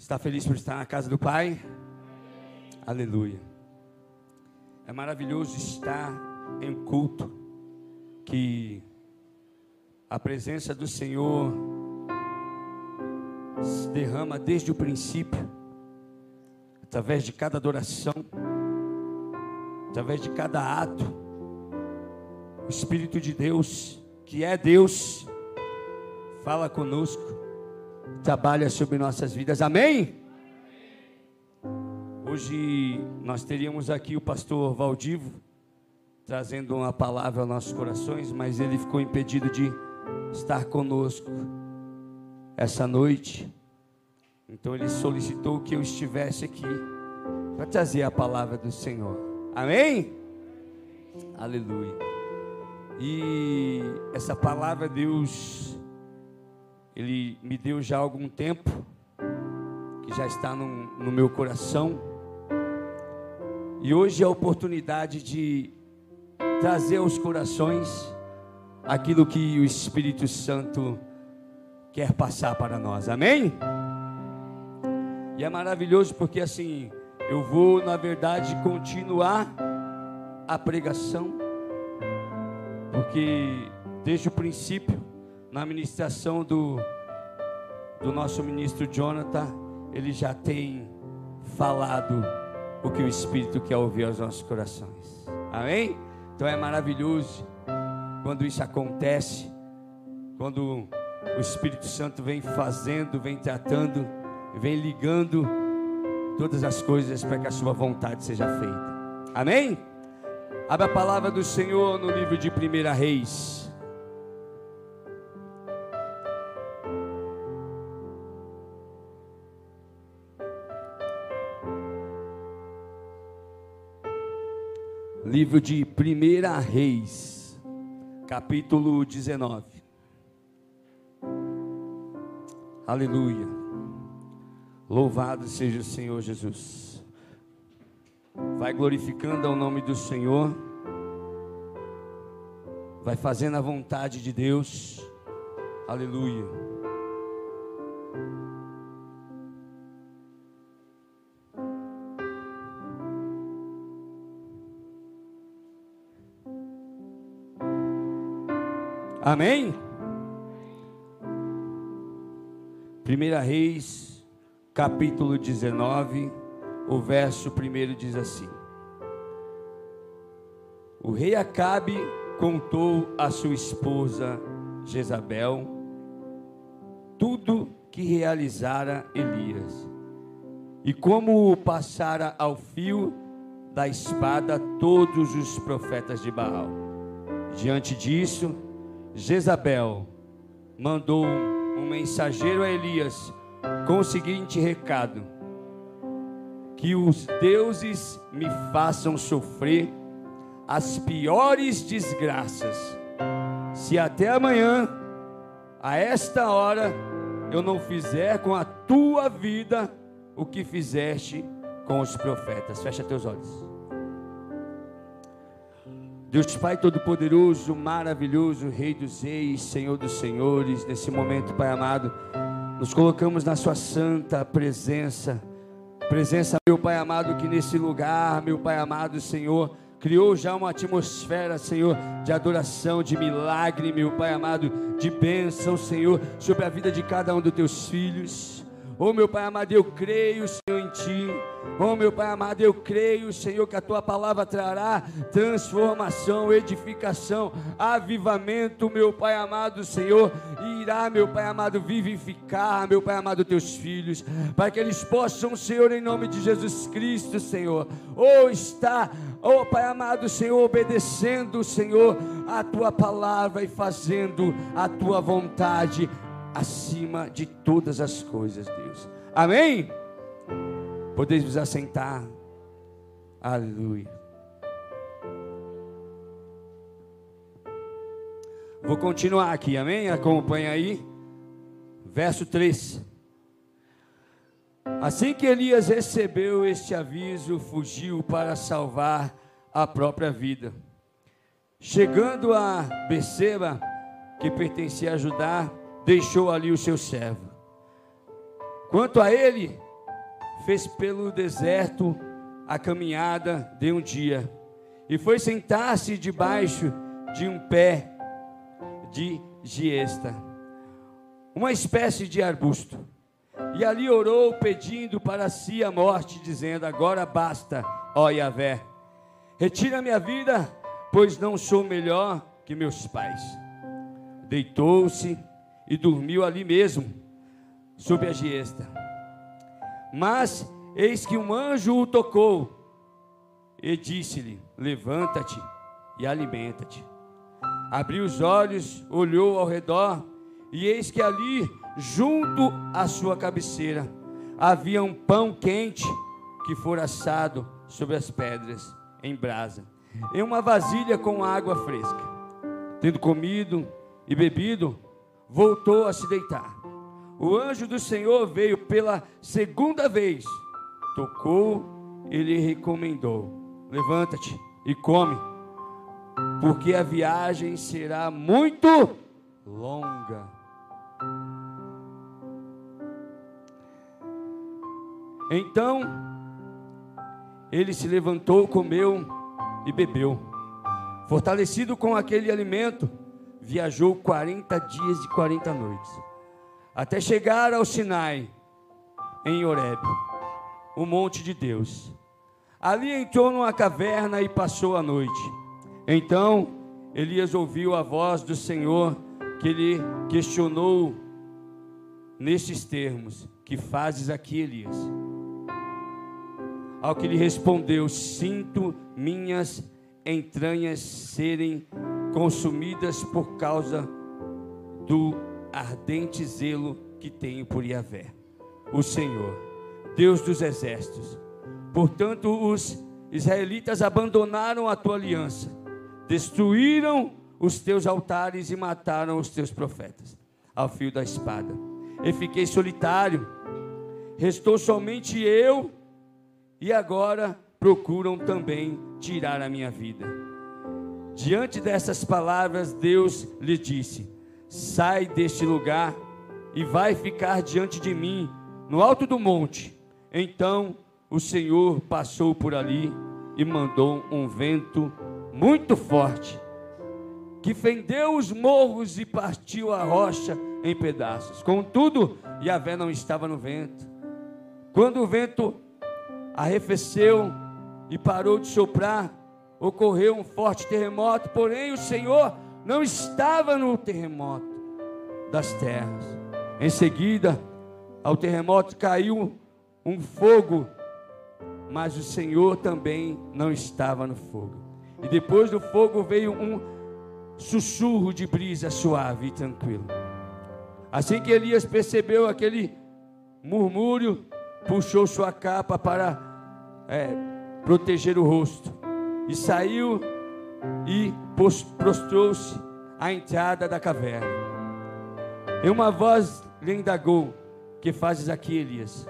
Está feliz por estar na casa do Pai? Aleluia. É maravilhoso estar em culto, que a presença do Senhor se derrama desde o princípio, através de cada adoração, através de cada ato. O Espírito de Deus, que é Deus, fala conosco, trabalha sobre nossas vidas. Amém? Hoje nós teríamos aqui o pastor Valdivo trazendo uma palavra aos nossos corações, mas ele ficou impedido de estar conosco essa noite. Então ele solicitou que eu estivesse aqui para trazer a palavra do Senhor. Amém? Aleluia. E essa palavra Deus, Ele me deu já há algum tempo, que já está no meu coração. E hoje é a oportunidade de trazer aos corações aquilo que o Espírito Santo quer passar para nós. Amém? E é maravilhoso porque assim, eu vou na verdade continuar a pregação, porque desde o princípio, na ministração do nosso ministro Jonathan, ele já tem falado o que o Espírito quer ouvir aos nossos corações. Amém? Então é maravilhoso quando isso acontece, quando o Espírito Santo vem fazendo, vem tratando, vem ligando todas as coisas para que a sua vontade seja feita. Amém? Abra a palavra do Senhor no livro de 1 Reis. Livro de 1 Reis, capítulo 19. Aleluia. Louvado seja o Senhor Jesus. Vai glorificando ao nome do Senhor. Vai fazendo a vontade de Deus. Aleluia. Amém? 1 Reis, capítulo 19, o verso 1 diz assim: O rei Acabe contou a sua esposa Jezabel tudo que realizara Elias, e como passara ao fio da espada todos os profetas de Baal. Diante disso, Jezabel mandou um mensageiro a Elias com o seguinte recado: que os deuses me façam sofrer as piores desgraças, se até amanhã, a esta hora, eu não fizer com a tua vida o que fizeste com os profetas. Fecha teus olhos. Deus Pai Todo-Poderoso, maravilhoso, Rei dos Reis, Senhor dos Senhores, nesse momento, Pai amado, nos colocamos na sua santa presença, meu Pai amado, que nesse lugar, meu Pai amado, Senhor, criou já uma atmosfera, Senhor, de adoração, de milagre, meu Pai amado, de bênção, Senhor, sobre a vida de cada um dos teus filhos. Oh meu Pai amado, eu creio, Senhor, em Ti. Oh meu Pai amado, eu creio, Senhor, que a Tua palavra trará transformação, edificação, avivamento, meu Pai amado, Senhor, e irá, meu Pai amado, vivificar, meu Pai amado, Teus filhos, para que eles possam, Senhor, em nome de Jesus Cristo, Senhor, oh Pai amado, Senhor, obedecendo, Senhor, a Tua palavra e fazendo a Tua vontade acima de todas as coisas, Deus. Amém? Podeis vos assentar. Aleluia. Vou continuar aqui, amém? Acompanha aí. Verso 3. Assim que Elias recebeu este aviso, fugiu para salvar a própria vida. Chegando a Beceba, que pertencia a Judá, deixou ali o seu servo. Quanto a ele, fez pelo deserto a caminhada de um dia, e foi sentar-se debaixo de um pé de giesta, uma espécie de arbusto, e ali orou, pedindo para si a morte, dizendo: agora basta, ó Yahvé, retira minha vida, pois não sou melhor que meus pais. Deitou-se e dormiu ali mesmo, sob a giesta. Mas eis que um anjo o tocou e disse-lhe: levanta-te e alimenta-te. Abriu os olhos, olhou ao redor, e eis que ali, junto à sua cabeceira, havia um pão quente que fora assado sobre as pedras em brasa, em uma vasilha com água fresca. Tendo comido e bebido, voltou a se deitar. O anjo do Senhor veio pela segunda vez, tocou e lhe recomendou: levanta-te e come, porque a viagem será muito longa. Então ele se levantou, comeu e bebeu. Fortalecido com aquele alimento, viajou 40 dias e 40 noites, até chegar ao Sinai, em Horebe, o monte de Deus. Ali entrou numa caverna e passou a noite. Então Elias ouviu a voz do Senhor, que lhe questionou nestes termos: que fazes aqui, Elias? Ao que lhe respondeu: sinto minhas entranhas serem consumidas por causa do ardente zelo que tenho por Yahvé, o Senhor, Deus dos exércitos. Portanto, os israelitas abandonaram a tua aliança, destruíram os teus altares e mataram os teus profetas ao fio da espada. E fiquei solitário, restou somente eu, e agora procuram também tirar a minha vida. Diante dessas palavras, Deus lhe disse: sai deste lugar e vai ficar diante de mim no alto do monte. Então o Senhor passou por ali e mandou um vento muito forte, que fendeu os morros e partiu a rocha em pedaços. Contudo, Yahvé não estava no vento. Quando o vento arrefeceu e parou de soprar, ocorreu um forte terremoto, porém o Senhor não estava no terremoto das terras. Em seguida, ao terremoto caiu um fogo, mas o Senhor também não estava no fogo. E depois do fogo veio um sussurro de brisa suave e tranquilo. Assim que Elias percebeu aquele murmúrio, puxou sua capa para proteger o rosto, e saiu e prostrou-se à entrada da caverna. E uma voz lhe indagou: que fazes aqui, Elias?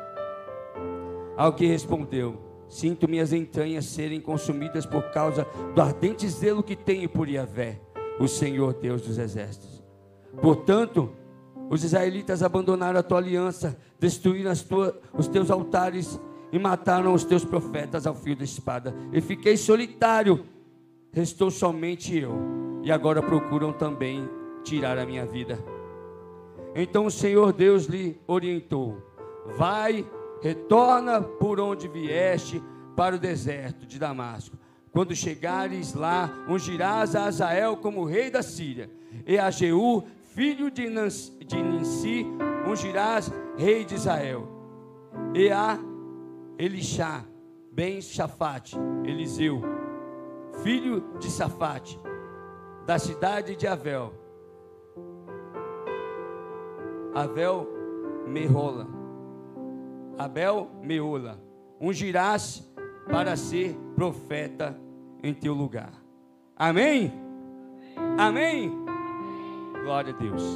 Ao que respondeu: sinto minhas entranhas serem consumidas por causa do ardente zelo que tenho por Yahvé, o Senhor Deus dos exércitos. Portanto, os israelitas abandonaram a tua aliança, destruíram os teus altares e mataram os teus profetas ao fio da espada. E fiquei solitário, restou somente eu, e agora procuram também tirar a minha vida. Então o Senhor Deus lhe orientou: vai, retorna por onde vieste, para o deserto de Damasco. Quando chegares lá, ungirás a Azael como rei da Síria, e a Jeú, filho de Ninsi, ungirás rei de Israel. E a Elishá, ben Shafate, Eliseu, filho de Safate, da cidade de Abel Meola, ungirás para ser profeta em teu lugar. Amém? Amém? Glória a Deus.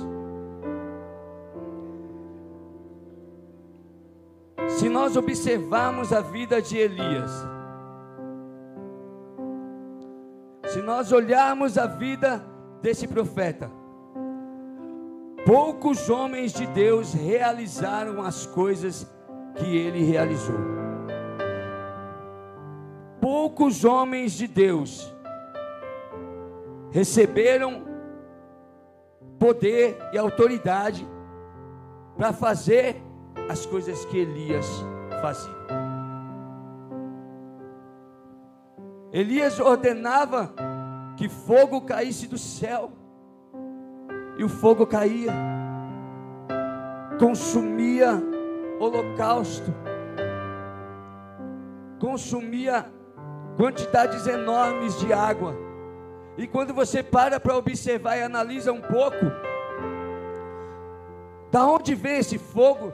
Se nós observarmos a vida de Elias, se nós olharmos a vida desse profeta, poucos homens de Deus realizaram as coisas que ele realizou. Poucos homens de Deus receberam poder e autoridade para fazer as coisas que Elias fazia. Elias ordenava que fogo caísse do céu, e o fogo caía, consumia holocausto, consumia quantidades enormes de água. E quando você para observar e analisa um pouco, da onde vem esse fogo?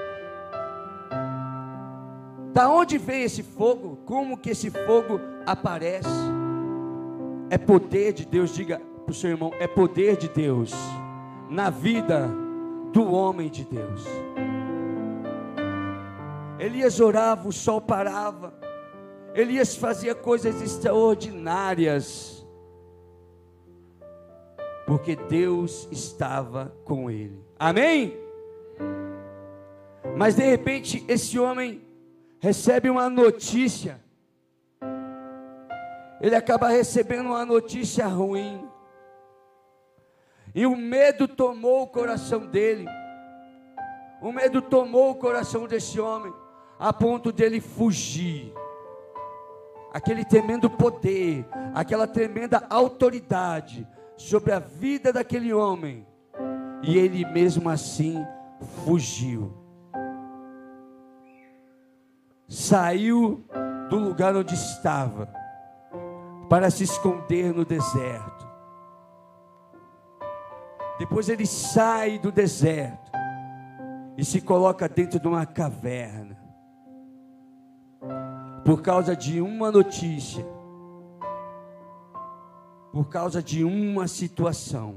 Da onde vem esse fogo? Como que esse fogo aparece? É poder de Deus. Diga para o seu irmão: é poder de Deus na vida do homem de Deus. Elias orava, o sol parava. Elias fazia coisas extraordinárias, porque Deus estava com ele. Amém? Mas de repente esse homem recebe uma notícia. Ele acaba recebendo uma notícia ruim, e o medo tomou o coração dele. O medo tomou o coração desse homem, a ponto dele fugir. Aquele tremendo poder, aquela tremenda autoridade sobre a vida daquele homem, e ele mesmo assim fugiu. Saiu do lugar onde estava para se esconder no deserto. Depois ele sai do deserto e se coloca dentro de uma caverna, por causa de uma notícia, por causa de uma situação.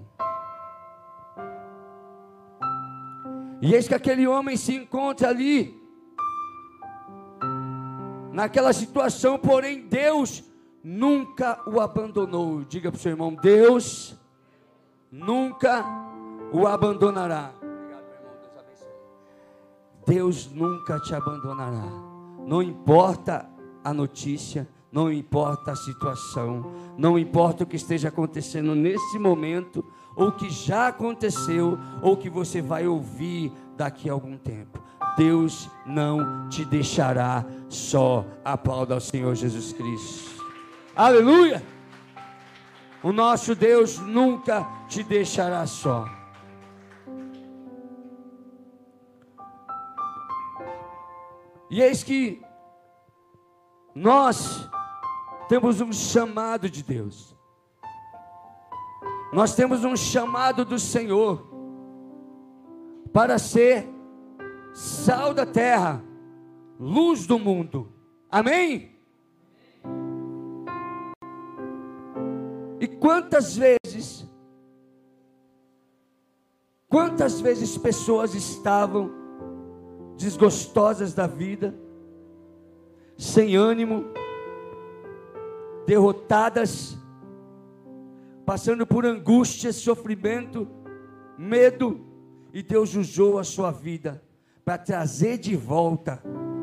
E eis que aquele homem se encontra ali, naquela situação, porém Deus nunca o abandonou. Diga para o seu irmão: Deus nunca o abandonará. Obrigado, meu irmão, Deus abençoe. Deus nunca te abandonará. Não importa a notícia, não importa a situação, não importa o que esteja acontecendo nesse momento, ou que já aconteceu, ou que você vai ouvir daqui a algum tempo. Deus não te deixará só. Aplauda ao Senhor Jesus Cristo. Aleluia! O nosso Deus nunca te deixará só. E eis que nós temos um chamado de Deus. Nós temos um chamado do Senhor para ser sal da terra, luz do mundo. Amém? E quantas vezes pessoas estavam desgostosas da vida, sem ânimo, derrotadas, passando por angústia, sofrimento, medo, e Deus usou a sua vida para trazer de volta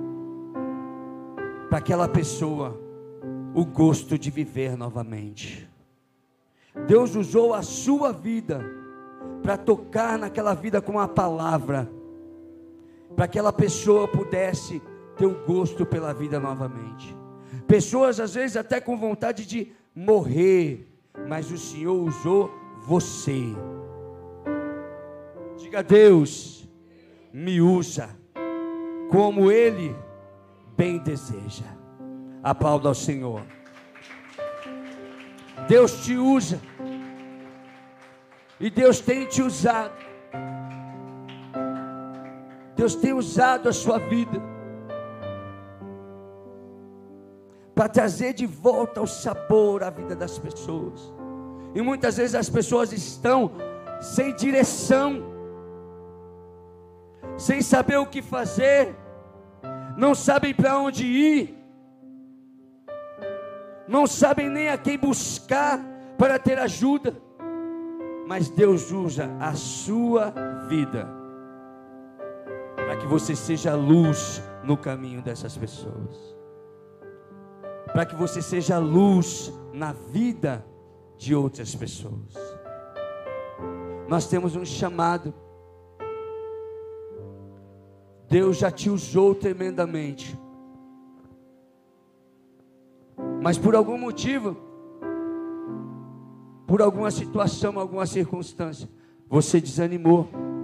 para aquela pessoa o gosto de viver novamente. Deus usou a sua vida para tocar naquela vida com a palavra, para que aquela pessoa pudesse ter o gosto pela vida novamente. Pessoas às vezes até com vontade de morrer, mas o Senhor usou você. Diga: Deus me usa como Ele bem deseja. Aplauda ao Senhor. Deus te usa, e Deus tem te usado. Deus tem usado a sua vida para trazer de volta o sabor à vida das pessoas. E muitas vezes as pessoas estão sem direção, sem saber o que fazer, não sabem para onde ir, não sabem nem a quem buscar para ter ajuda. Mas Deus usa a sua vida para que você seja luz no caminho dessas pessoas, para que você seja luz na vida de outras pessoas. Nós temos um chamado. Deus já te usou tremendamente, mas por algum motivo, por alguma situação, alguma circunstância, você desanimou.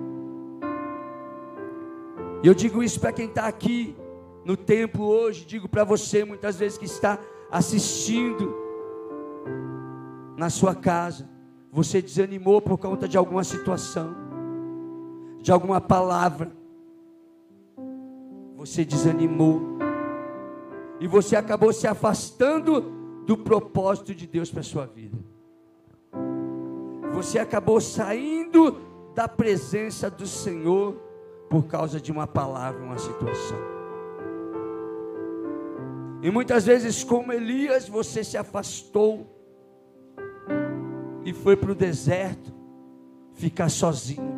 E eu digo isso para quem está aqui no templo hoje, digo para você muitas vezes que está assistindo na sua casa, você desanimou por conta de alguma situação, de alguma palavra, você desanimou, e você acabou se afastando do propósito de Deus para a sua vida. Você acabou saindo da presença do Senhor por causa de uma palavra, uma situação. E muitas vezes, como Elias, você se afastou e foi para o deserto ficar sozinho.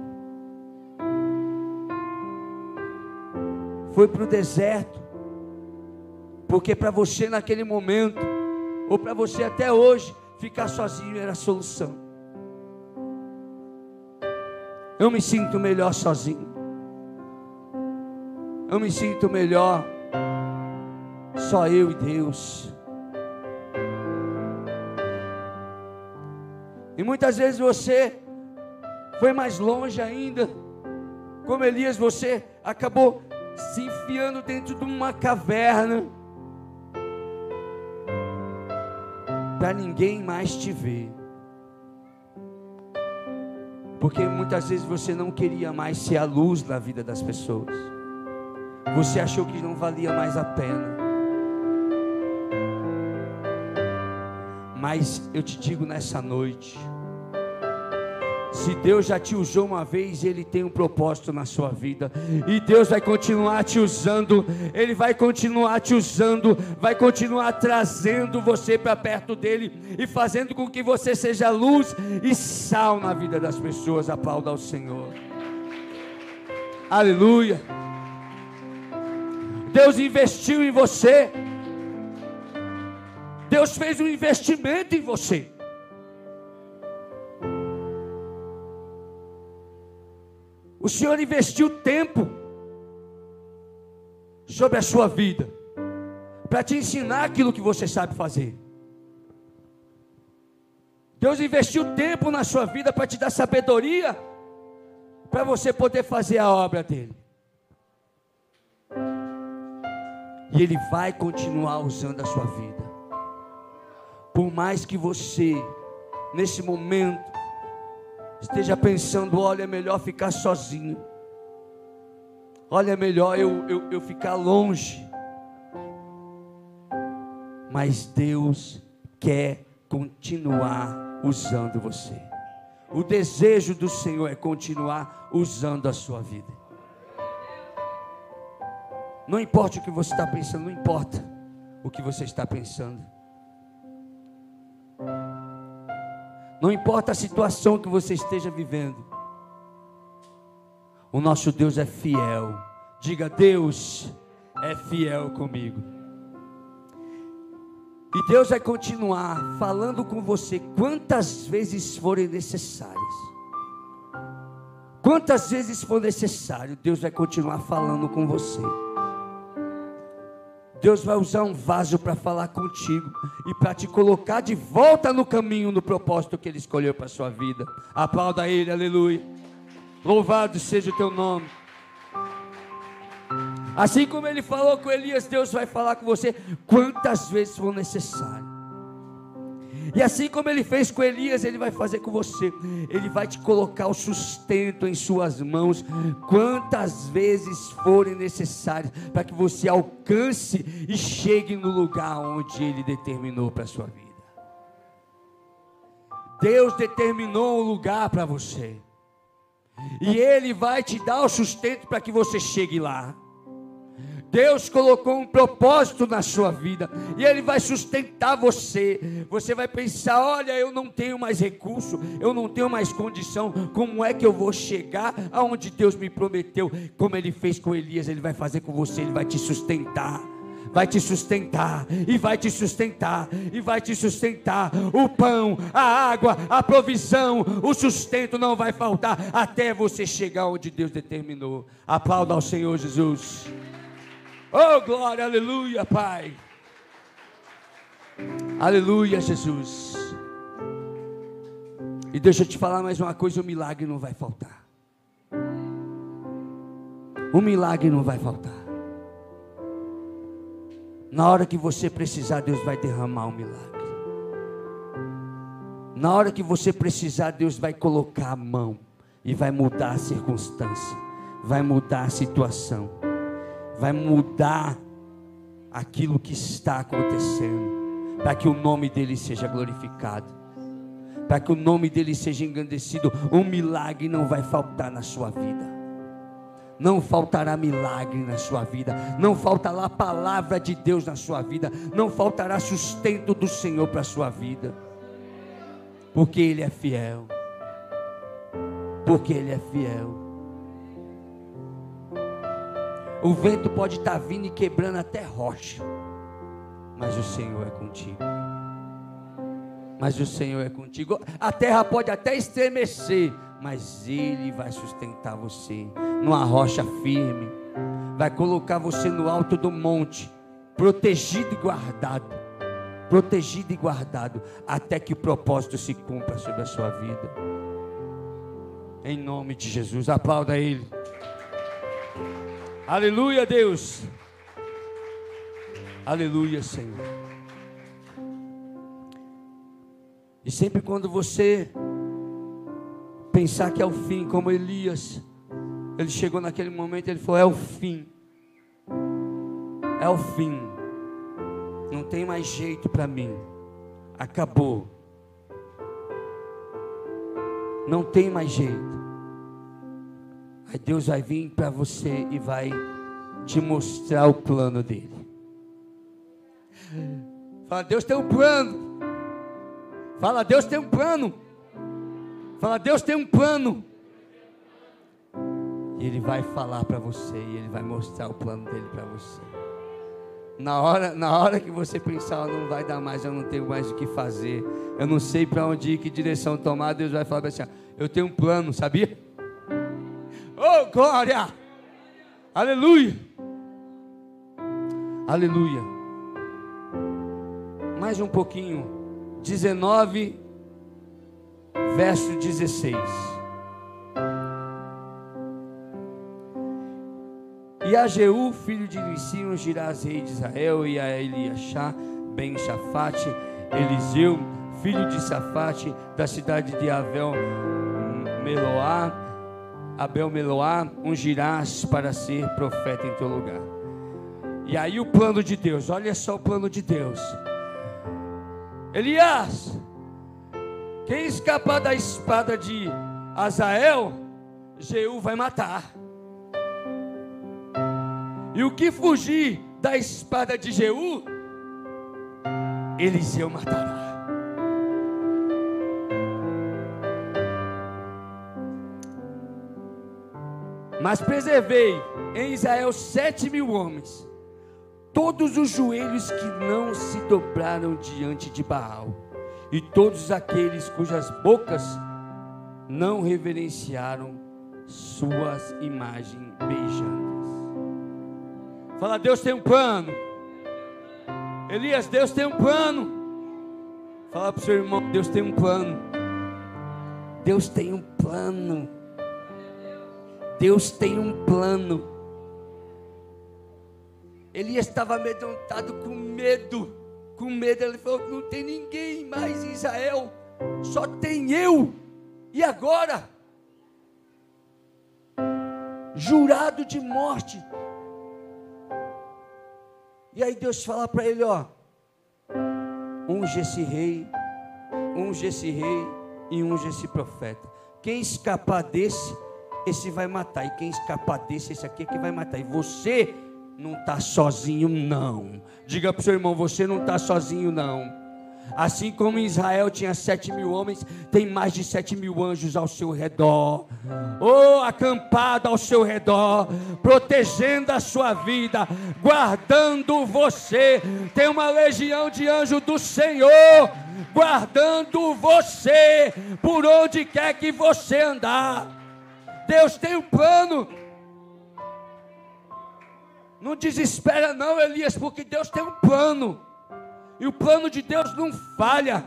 Foi para o deserto, porque para você naquele momento, ou para você até hoje, ficar sozinho era a solução. Eu me sinto melhor sozinho. Eu me sinto melhor só eu e Deus. E muitas vezes você foi mais longe ainda. Como Elias, você acabou se enfiando dentro de uma caverna para ninguém mais te ver, porque muitas vezes você não queria mais ser a luz na vida das pessoas. Você achou que não valia mais a pena. Mas eu te digo nessa noite, se Deus já te usou uma vez, Ele tem um propósito na sua vida, e Deus vai continuar te usando. Ele vai continuar te usando, vai continuar trazendo você para perto dEle, e fazendo com que você seja luz e sal na vida das pessoas. Aplauda ao Senhor. Aleluia. Deus investiu em você. Deus fez um investimento em você. O Senhor investiu tempo sobre a sua vida, para te ensinar aquilo que você sabe fazer. Deus investiu tempo na sua vida para te dar sabedoria, para você poder fazer a obra dEle. E Ele vai continuar usando a sua vida. Por mais que você, nesse momento, esteja pensando: olha, é melhor ficar sozinho, olha, é melhor eu ficar longe. Mas Deus quer continuar usando você. O desejo do Senhor é continuar usando a sua vida. Não importa o que você está pensando, não importa o que você está pensando. Não importa a situação que você esteja vivendo. O nosso Deus é fiel. Diga: Deus é fiel comigo. E Deus vai continuar falando com você quantas vezes forem necessárias. Quantas vezes for necessário, Deus vai continuar falando com você. Deus vai usar um vaso para falar contigo e para te colocar de volta no caminho, no propósito que Ele escolheu para a sua vida. Aplauda Ele, aleluia. Louvado seja o teu nome. Assim como Ele falou com Elias, Deus vai falar com você quantas vezes for necessário. E assim como Ele fez com Elias, Ele vai fazer com você. Ele vai te colocar o sustento em suas mãos, quantas vezes forem necessárias, para que você alcance e chegue no lugar onde Ele determinou para a sua vida. Deus determinou um lugar para você, e Ele vai te dar o sustento para que você chegue lá. Deus colocou um propósito na sua vida, e Ele vai sustentar você. Você vai pensar: olha, eu não tenho mais recurso, eu não tenho mais condição, como é que eu vou chegar aonde Deus me prometeu? Como Ele fez com Elias, Ele vai fazer com você. Ele vai te sustentar, vai te sustentar, e vai te sustentar, e vai te sustentar. O pão, a água, a provisão, o sustento não vai faltar, até você chegar onde Deus determinou. Aplauda ao Senhor Jesus. Oh, glória, aleluia, Pai. Aleluia, Jesus. E deixa eu te falar mais uma coisa: o milagre não vai faltar. O milagre não vai faltar. Na hora que você precisar, Deus vai derramar um milagre. Na hora que você precisar, Deus vai colocar a mão e vai mudar a circunstância, vai mudar a situação, vai mudar aquilo que está acontecendo, para que o nome dele seja glorificado, para que o nome dele seja engrandecido. Um milagre não vai faltar na sua vida. Não faltará milagre na sua vida, não faltará a palavra de Deus na sua vida, não faltará sustento do Senhor para a sua vida, porque Ele é fiel, porque Ele é fiel. O vento pode estar vindo e quebrando até rocha, mas o Senhor é contigo. Mas o Senhor é contigo. A terra pode até estremecer, mas Ele vai sustentar você numa rocha firme, vai colocar você no alto do monte, protegido e guardado, protegido e guardado, até que o propósito se cumpra sobre a sua vida. Em nome de Jesus, aplauda Ele. Aleluia, Deus. Aleluia, Senhor. E sempre quando você pensar que é o fim, como Elias, ele chegou naquele momento, ele falou: é o fim, é o fim, não tem mais jeito para mim, acabou, não tem mais jeito. Aí Deus vai vir para você e vai te mostrar o plano dele. Fala: Deus tem um plano. Fala: Deus tem um plano. Fala: Deus tem um plano. E Ele vai falar para você, e Ele vai mostrar o plano dele para você. Na hora que você pensar: não vai dar mais, eu não tenho mais o que fazer, eu não sei para onde ir, que direção tomar, Deus vai falar assim: eu tenho um plano, sabia? Oh, glória! Aleluia! Aleluia! Mais um pouquinho. 19, verso 16. E a Jeú, filho de Nissim, ungirás rei de Israel, e a Eliashá, ben Shafate, Eliseu, filho de Safate, da cidade de Abel-Meloá, ungirás para ser profeta em teu lugar. E aí o plano de Deus, olha só o plano de Deus. Elias, quem escapar da espada de Azael, Jeú vai matar. E o que fugir da espada de Jeú, Eliseu matará. Mas preservei em Israel 7.000 homens, todos os joelhos que não se dobraram diante de Baal, e todos aqueles cujas bocas não reverenciaram suas imagens beijantes. Fala: Deus tem um plano. Elias, Deus tem um plano. Fala para o seu irmão: Deus tem um plano. Deus tem um plano. Deus tem um plano. Elias estava amedrontado, com medo. Ele falou: não tem ninguém mais em Israel, só tem eu. E agora? Jurado de morte. E aí Deus fala para ele: ó, unge esse rei e unge esse profeta. Quem escapar desse, esse vai matar. E quem escapar desse, esse aqui é que vai matar. E você não está sozinho não. Diga para o seu irmão, você não está sozinho não. Assim como em Israel tinha 7.000 homens, tem mais de 7.000 anjos ao seu redor, acampado ao seu redor, protegendo a sua vida, guardando você. Tem uma legião de anjos do Senhor, guardando você, por onde quer que você andar. Deus tem um plano. Não desespera não, Elias, porque Deus tem um plano. E o plano de Deus não falha.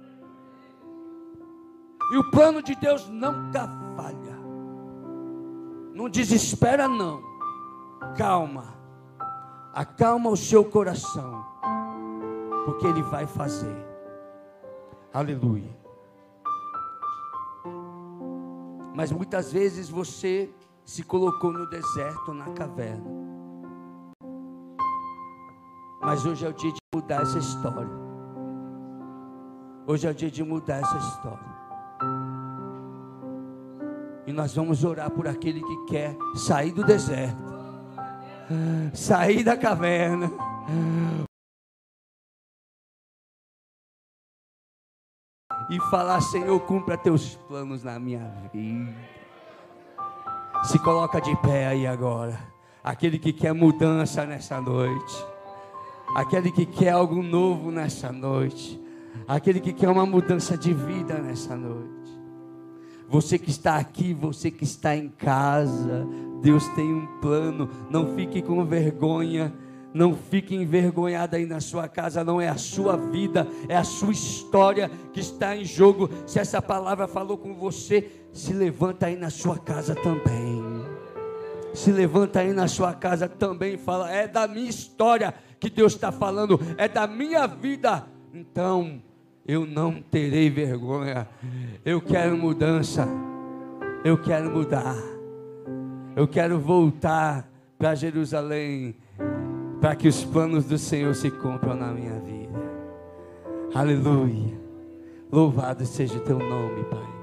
E o plano de Deus nunca falha. Não desespera não. Calma. Acalma o seu coração. Porque Ele vai fazer. Aleluia. Mas muitas vezes você se colocou no deserto, na caverna. Mas hoje é o dia de mudar essa história. Hoje é o dia de mudar essa história. E nós vamos orar por aquele que quer sair do deserto, sair da caverna, e falar: Senhor, cumpra teus planos na minha vida. Se coloca de pé aí agora. Aquele que quer mudança nessa noite. Aquele que quer algo novo nessa noite. Aquele que quer uma mudança de vida nessa noite. Você que está aqui, você que está em casa, Deus tem um plano. Não fique com vergonha. Não fique envergonhado aí na sua casa. Não é a sua vida, é a sua história que está em jogo. Se essa palavra falou com você, se levanta aí na sua casa também. Se levanta aí na sua casa também e fala: é da minha história que Deus está falando, é da minha vida. Então eu não terei vergonha. Eu quero mudança. Eu quero mudar. Eu quero voltar para Jerusalém, para que os planos do Senhor se cumpram na minha vida. Aleluia. Louvado seja o teu nome, Pai.